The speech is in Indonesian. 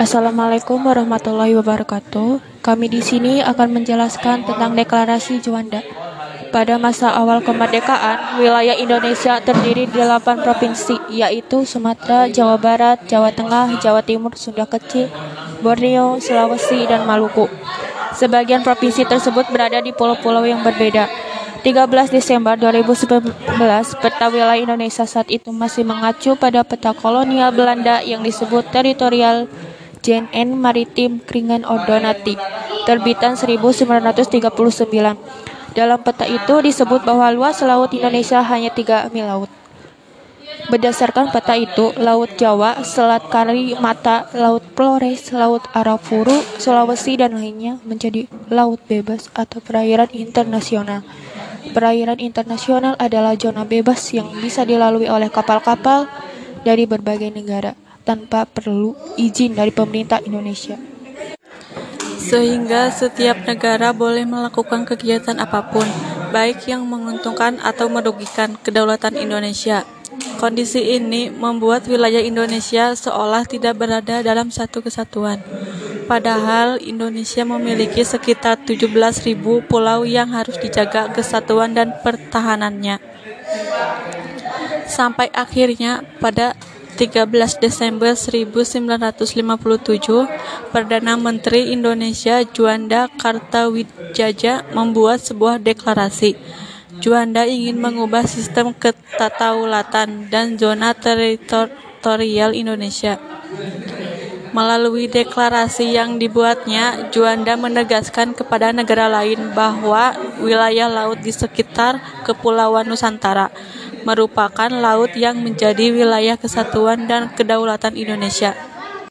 Assalamualaikum warahmatullahi wabarakatuh. Kami di sini akan menjelaskan tentang Deklarasi Juanda. Pada masa awal kemerdekaan, wilayah Indonesia terdiri di 8 provinsi, yaitu Sumatera, Jawa Barat, Jawa Tengah, Jawa Timur, Sunda Kecil, Borneo, Sulawesi, dan Maluku. Sebagian provinsi tersebut berada di pulau-pulau yang berbeda. 13 Desember 2019, peta wilayah Indonesia saat itu masih mengacu pada peta kolonial Belanda yang disebut Teritorial JNN Maritim Kringan Odonati, terbitan 1939. Dalam peta itu disebut bahwa luas laut Indonesia hanya 3 mil laut. Berdasarkan peta itu, Laut Jawa, Selat Karimata, Laut Flores, Laut Arafuru, Sulawesi, dan lainnya menjadi laut bebas atau perairan internasional. Perairan internasional adalah zona bebas yang bisa dilalui oleh kapal-kapal dari berbagai negara tanpa perlu izin dari pemerintah Indonesia. Sehingga setiap negara boleh melakukan kegiatan apapun, baik yang menguntungkan atau merugikan kedaulatan Indonesia. Kondisi ini membuat wilayah Indonesia seolah tidak berada dalam satu kesatuan. Padahal Indonesia memiliki sekitar 17.000 pulau yang harus dijaga kesatuan dan pertahanannya. Sampai akhirnya pada 13 Desember 1957, Perdana Menteri Indonesia Juanda Kartawijaya membuat sebuah deklarasi. Juanda ingin mengubah sistem ketataulatan dan zona teritorial Indonesia. Melalui deklarasi yang dibuatnya, Juanda menegaskan kepada negara lain bahwa wilayah laut di sekitar Kepulauan Nusantara merupakan laut yang menjadi wilayah kesatuan dan kedaulatan Indonesia.